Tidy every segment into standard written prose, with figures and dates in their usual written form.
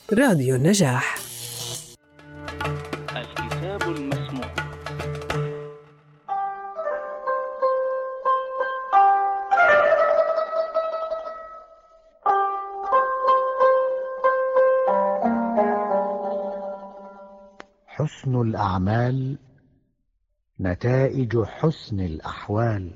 راديو النجاح. الكتاب المسموع. حسن الأعمال نتائج حسن الأحوال،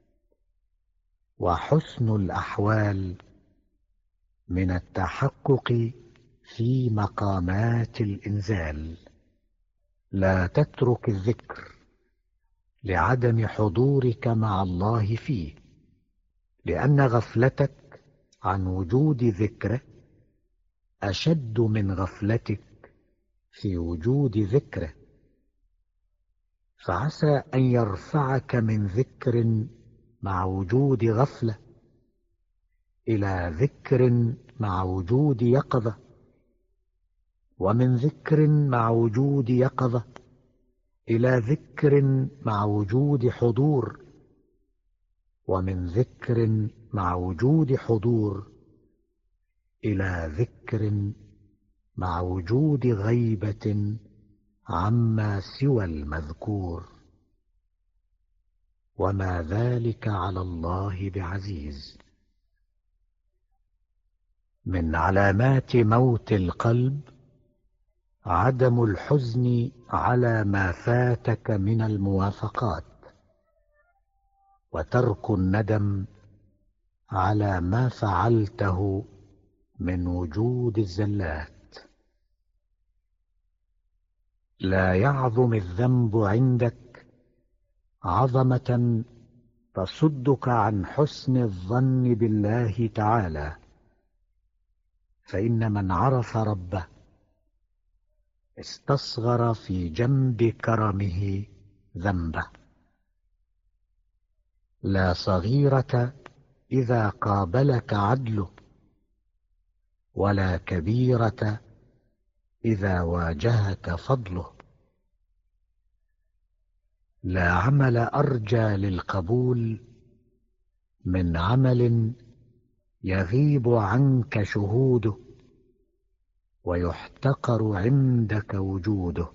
وحسن الأحوال من التحقق في مقامات الإنزال. لا تترك الذكر لعدم حضورك مع الله فيه، لأن غفلتك عن وجود ذكره أشد من غفلتك في وجود ذكره. فعسى أن يرفعك من ذكر مع وجود غفلة إلى ذكر مع وجود يقظة، ومن ذكر مع وجود يقظة إلى ذكر مع وجود حضور، ومن ذكر مع وجود حضور إلى ذكر مع وجود غيبة عما سوى المذكور. وما ذلك على الله بعزيز. من علامات موت القلب عدم الحزن على ما فاتك من الموافقات، وترك الندم على ما فعلته من وجود الزلات. لا يعظم الذنب عندك عظمة تصدك عن حسن الظن بالله تعالى، فإن من عرف ربه استصغر في جنب كرمه ذنبه. لا صغيرة إذا قابلك عدله، ولا كبيرة إذا واجهك فضله. لا عمل أرجى للقبول من عمل يغيب عنك شهوده، ويحتقر عندك وجوده.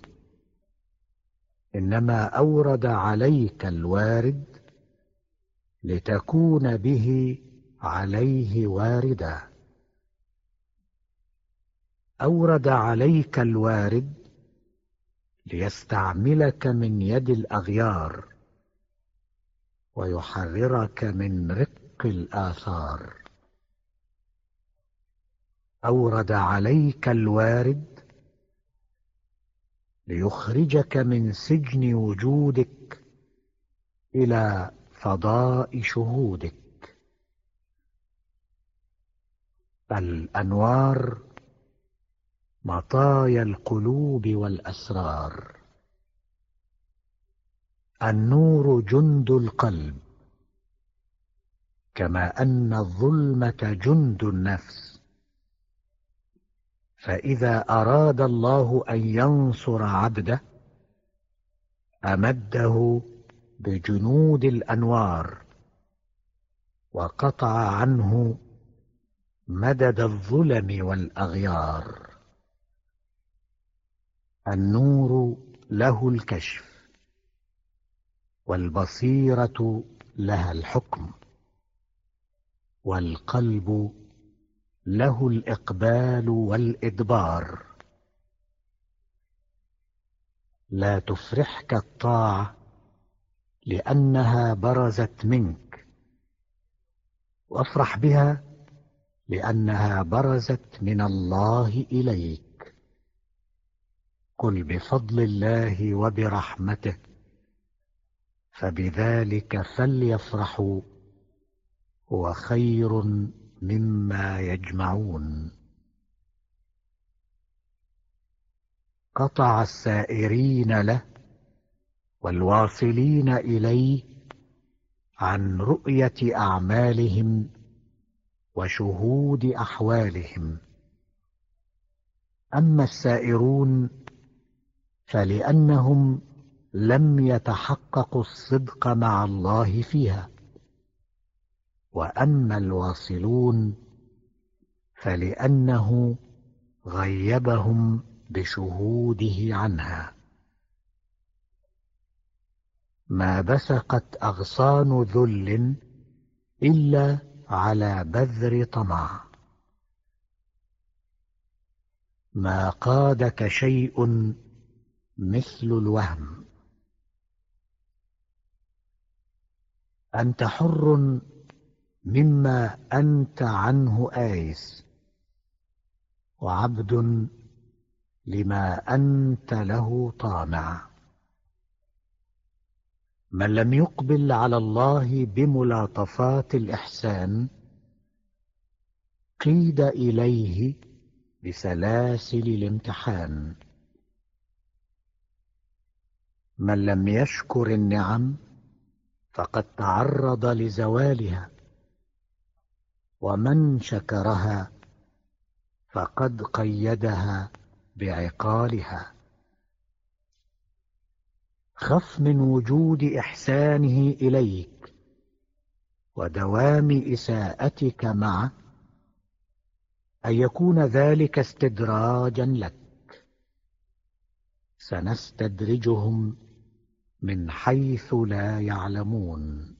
إنما أورد عليك الوارد لتكون به عليه واردا. أورد عليك الوارد ليستعملك من يد الأغيار، ويحررك من رق الآثار. أورد عليك الوارد ليخرجك من سجن وجودك إلى فضاء شهودك. الأنوار مطايا القلوب والأسرار. النور جند القلب، كما أن الظلمة جند النفس. فإذا أراد الله أن ينصر عبده أمده بجنود الأنوار، وقطع عنه مدد الظلم والأغيار. النور له الكشف، والبصيرة لها الحكم، والقلب له الإقبال والإدبار. لا تفرحك الطاعة لأنها برزت منك، وافرح بها لأنها برزت من الله إليك. قل بفضل الله وبرحمته فبذلك فليفرحوا هو خير مما يجمعون. قطع السائرين له والواصلين إليه عن رؤية أعمالهم وشهود أحوالهم. أما السائرون فلأنهم لم يتحققوا الصدق مع الله فيها، وأما الواصلون فلأنه غيبهم بشهوده عنها. ما بثقت أغصان ذل إلا على بذر طمع. ما قادك شيء مثل الوهم. أنت حر مما أنت عنه آيس، وعبد لما أنت له طامع. من لم يقبل على الله بملاطفات الإحسان قيد إليه بسلاسل الامتحان. من لم يشكر النعم فقد تعرض لزوالها، ومن شكرها فقد قيدها بعقالها. خف من وجود إحسانه إليك ودوام إساءتك معه أن يكون ذلك استدراجا لك. سنستدرجهم من حيث لا يعلمون.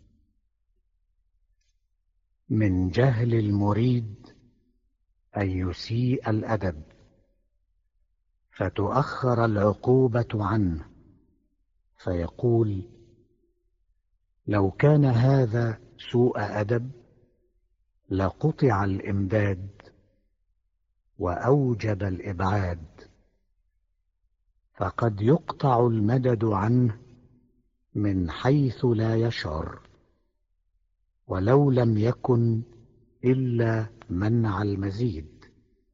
من جهل المريد أن يسيء الأدب فتؤخر العقوبة عنه، فيقول: لو كان هذا سوء أدب لقطع الإمداد وأوجب الإبعاد. فقد يقطع المدد عنه من حيث لا يشعر، ولو لم يكن إلا منع المزيد.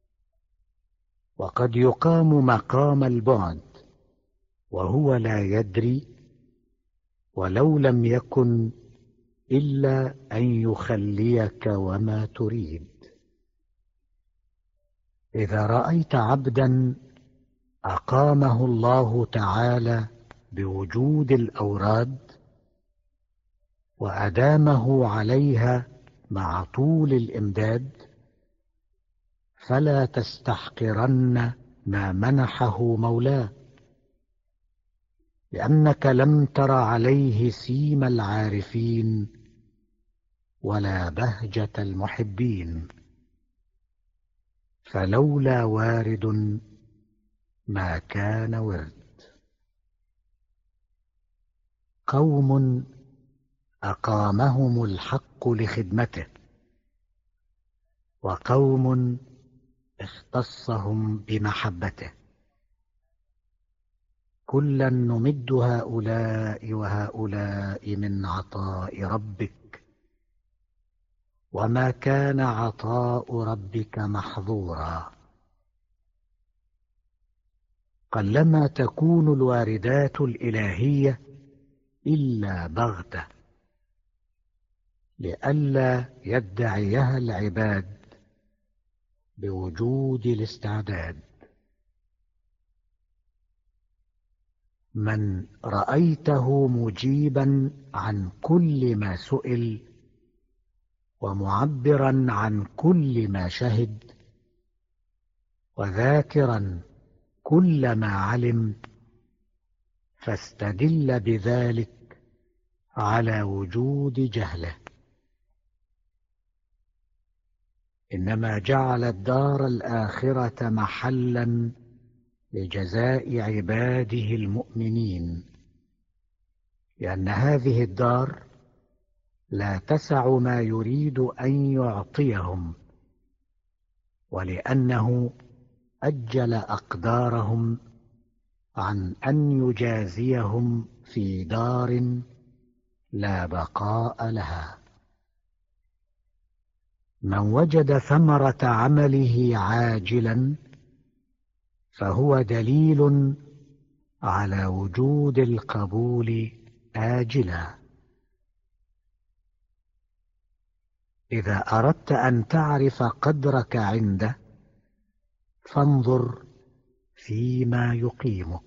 وقد يقام مقام البعد وهو لا يدري، ولو لم يكن إلا أن يخليك وما تريد. إذا رأيت عبدا أقامه الله تعالى بوجود الأوراد وأدامه عليها مع طول الإمداد، فلا تستحقرن ما منحه مولاه، لأنك لم تر عليه سيم العارفين ولا بهجة المحبين. فلولا وارد ما كان ورد. قوم أقامهم الحق لخدمته، وقوم اختصهم بمحبته. كلا نمد هؤلاء وهؤلاء من عطاء ربك، وما كان عطاء ربك محظورا. قلما تكون الواردات الإلهية إلا بغتة، لئلا يدعيها العباد بوجود الاستعداد. من رأيته مجيبا عن كل ما سئل ومعبرا عن كل ما شهد وذاكرا كل ما علم، فاستدل بذلك على وجود جهله. إنما جعل الدار الآخرة محلا لجزاء عباده المؤمنين، لأن هذه الدار لا تسع ما يريد أن يعطيهم، ولأنه أجل أقدارهم عن أن يجازيهم في دار لا بقاء لها. من وجد ثمرة عمله عاجلا فهو دليل على وجود القبول آجلا. إذا أردت أن تعرف قدرك عنده فانظر فيما يقيمك.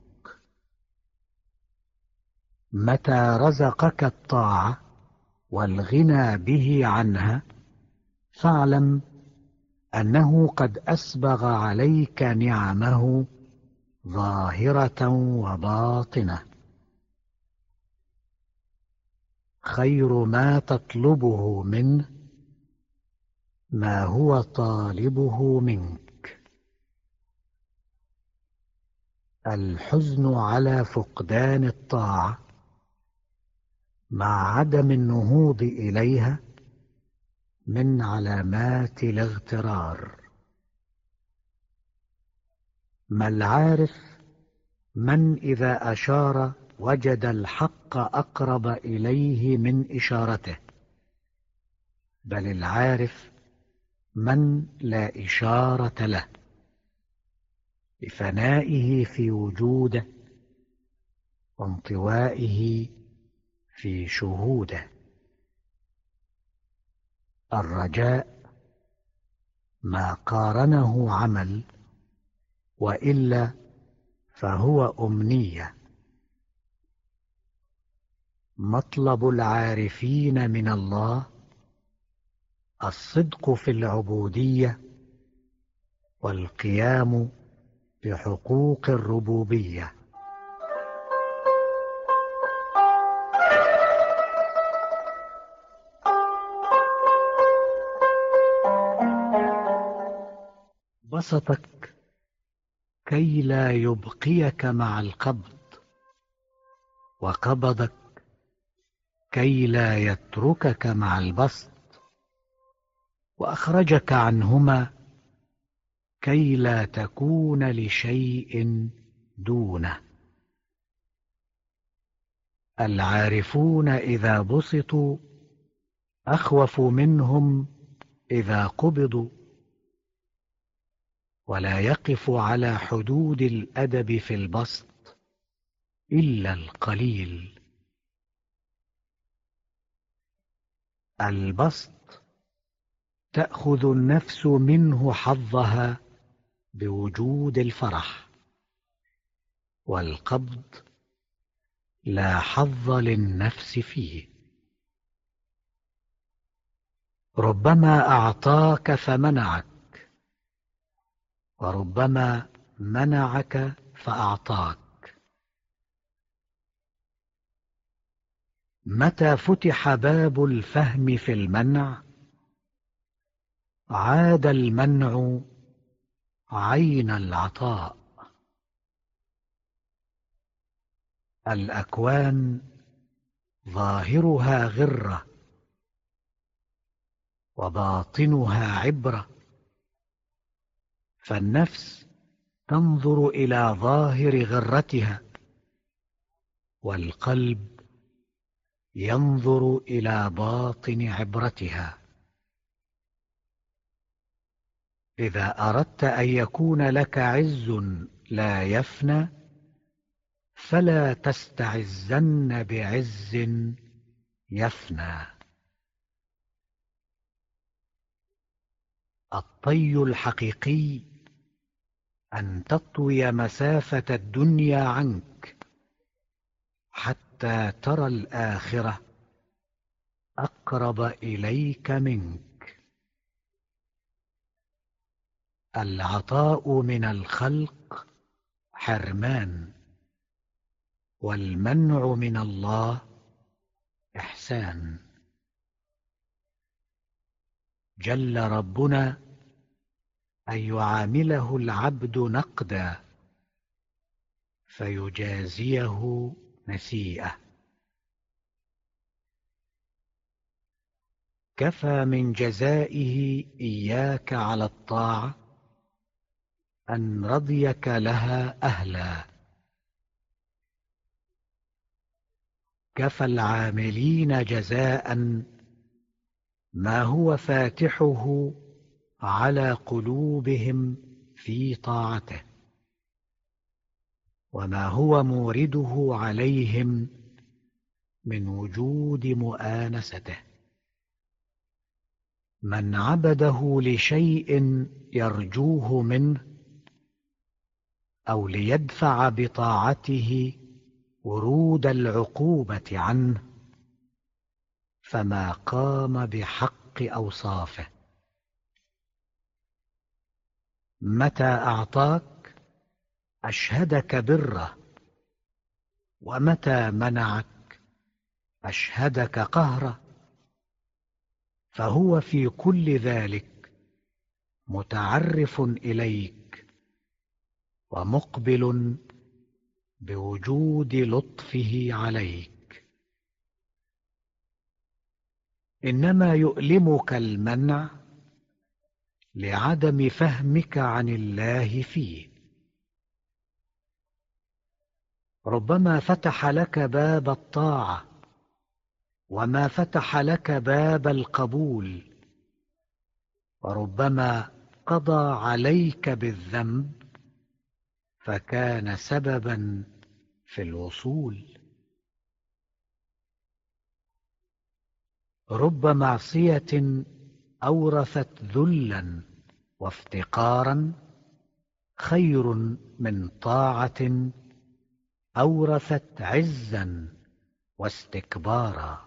متى رزقك الطاعة والغنى به عنها فاعلم أنه قد أسبغ عليك نعمه ظاهرة وباطنة. خير ما تطلبه منه ما هو طالبه منك. الحزن على فقدان الطاعة مع عدم النهوض إليها من علامات الاغترار. ما العارف من إذا أشار وجد الحق أقرب إليه من إشارته، بل العارف من لا إشارة له لفنائه في وجوده وانطوائه في شهوده. الرجاء ما قارنه عمل، وإلا فهو أمنية. مطلب العارفين من الله الصدق في العبودية والقيام بحقوق الربوبية. بسطك كي لا يبقيك مع القبض، وقبضك كي لا يتركك مع البسط، وأخرجك عنهما كي لا تكون لشيء دونه. العارفون إذا بسطوا أخوف منهم إذا قبضوا، ولا يقف على حدود الأدب في البسط إلا القليل. البسط تأخذ النفس منه حظها بوجود الفرح، والقبض لا حظ للنفس فيه. ربما أعطاك فمنعك، وربما منعك فأعطاك. متى فتح باب الفهم في المنع عاد المنع عين العطاء. الأكوان ظاهرها غرة وباطنها عبرة، فالنفس تنظر إلى ظاهر غرتها، والقلب ينظر إلى باطن عبرتها. إذا أردت أن يكون لك عز لا يفنى فلا تستعزن بعز يفنى. الطي الحقيقي أن تطوي مسافة الدنيا عنك حتى ترى الآخرة أقرب إليك منك. العطاء من الخلق حرمان، والمنع من الله إحسان. جل ربنا أن يعامله العبد نقدا فيجازيه نسيئة. كفى من جزائه إياك على الطاعة أن رضيك لها أهلا. كفى العاملين جزاء ما هو فاتحه على قلوبهم في طاعته، وما هو مورده عليهم من وجود مؤانسته. من عبده لشيء يرجوه منه أو ليدفع بطاعته ورود العقوبة عنه فما قام بحق أوصافه. متى أعطاك أشهدك بره، ومتى منعك أشهدك قهره، فهو في كل ذلك متعرف إليك ومقبل بوجود لطفه عليك. إنما يؤلمك المنع لعدم فهمك عن الله فيه. ربما فتح لك باب الطاعة وما فتح لك باب القبول، وربما قضى عليك بالذنب فكان سببا في الوصول. رب معصية أورثت ذلا وافتقارا خير من طاعة أورثت عزا واستكبارا.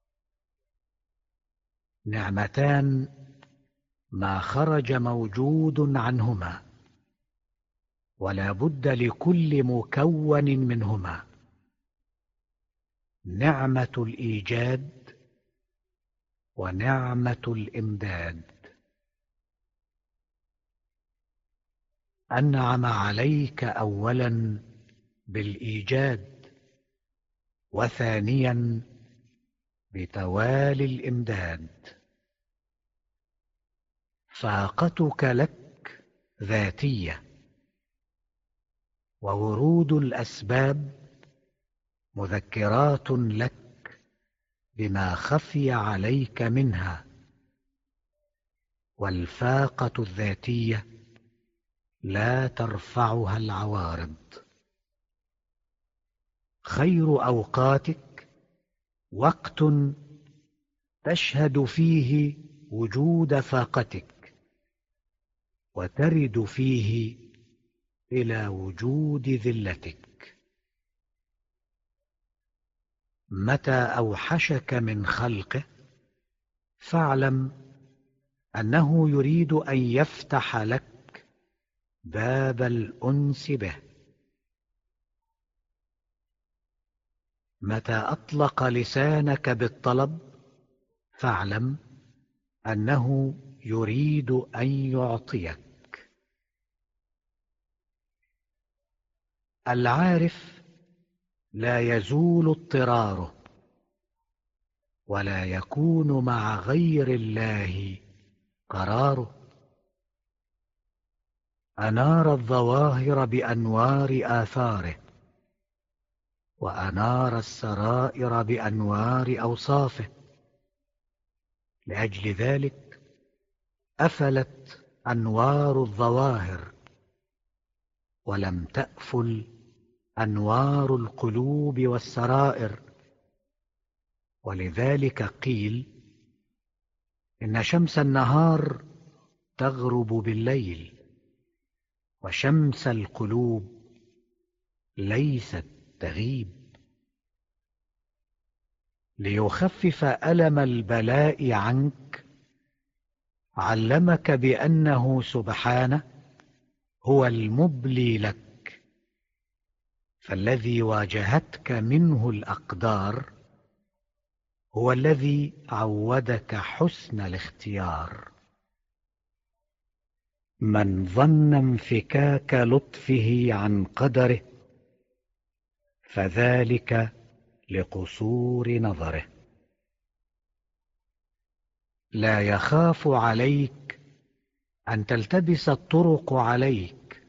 نعمتان ما خرج موجود عنهما، ولا بد لكل مكون منهما: نعمة الإيجاد ونعمة الإمداد. أنعم عليك أولا بالإيجاد، وثانيا بتوالي الإمداد. فاقتك لك ذاتية، وورود الأسباب مذكرات لك بما خفي عليك منها. والفاقة الذاتية لا ترفعها العوارض. خير أوقاتك وقت تشهد فيه وجود فاقتك، وترد فيه إلى وجود ذلتك. متى أوحشك من خلقه فاعلم أنه يريد أن يفتح لك باب الأنس به. متى أطلق لسانك بالطلب فاعلم أنه يريد أن يعطيك. العارف لا يزول اضطراره، ولا يكون مع غير الله قراره. أنار الظواهر بأنوار آثاره، وأنار السرائر بأنوار أوصافه. لأجل ذلك أفلت أنوار الظواهر، ولم تأفل أنوار القلوب والسرائر. ولذلك قيل إن شمس النهار تغرب بالليل، وشمس القلوب ليست تغيب. ليخفف ألم البلاء عنك علمك بأنه سبحانه هو المبلي لك، فالذي واجهتك منه الأقدار هو الذي عودك حسن الاختيار. من ظن انفكاك لطفه عن قدره فذلك لقصور نظره. لا يخاف عليك أن تلتبس الطرق عليك،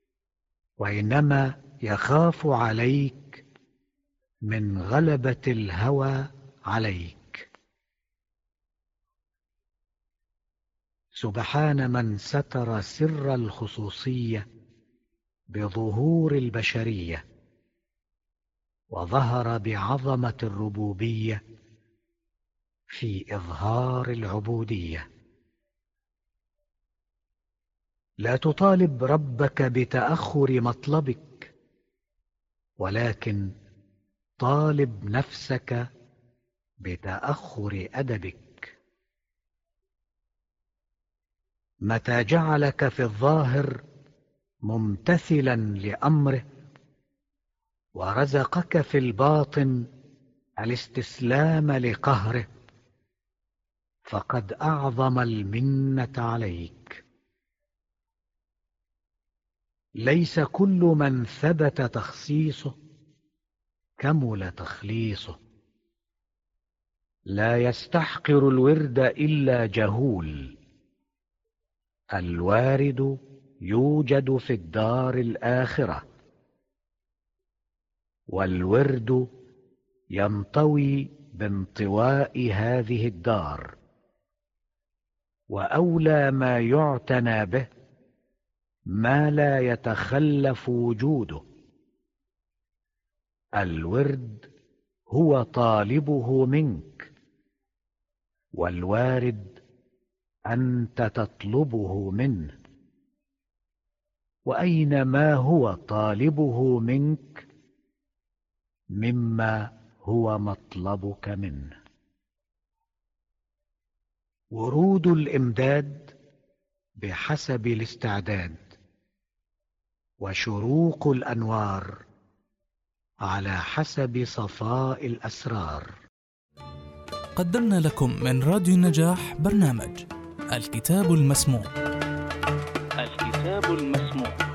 وإنما يخاف عليك من غلبة الهوى عليك. سبحان من ستر سر الخصوصية بظهور البشرية، وظهر بعظمة الربوبية في إظهار العبودية. لا تطالب ربك بتأخر مطلبك، ولكن طالب نفسك بتأخر أدبك. متى جعلك في الظاهر ممتثلا لأمره، ورزقك في الباطن الاستسلام لقهره، فقد أعظم المنة عليك. ليس كل من ثبت تخصيصه كمل تخليصه. لا يستحقر الورد إلا جهول. الوارد يوجد في الدار الآخرة، والورد ينطوي بانطواء هذه الدار. وأولى ما يعتنى به ما لا يتخلف وجوده. الورد هو طالبه منك، والوارد أنت تطلبه منه. وأينما هو طالبه منك مما هو مطلبك منه. ورود الإمداد بحسب الاستعداد، وشروق الأنوار على حسب صفاء الأسرار. قدمنا لكم من راديو النجاح برنامج الكتاب المسموع. الكتاب المسموع.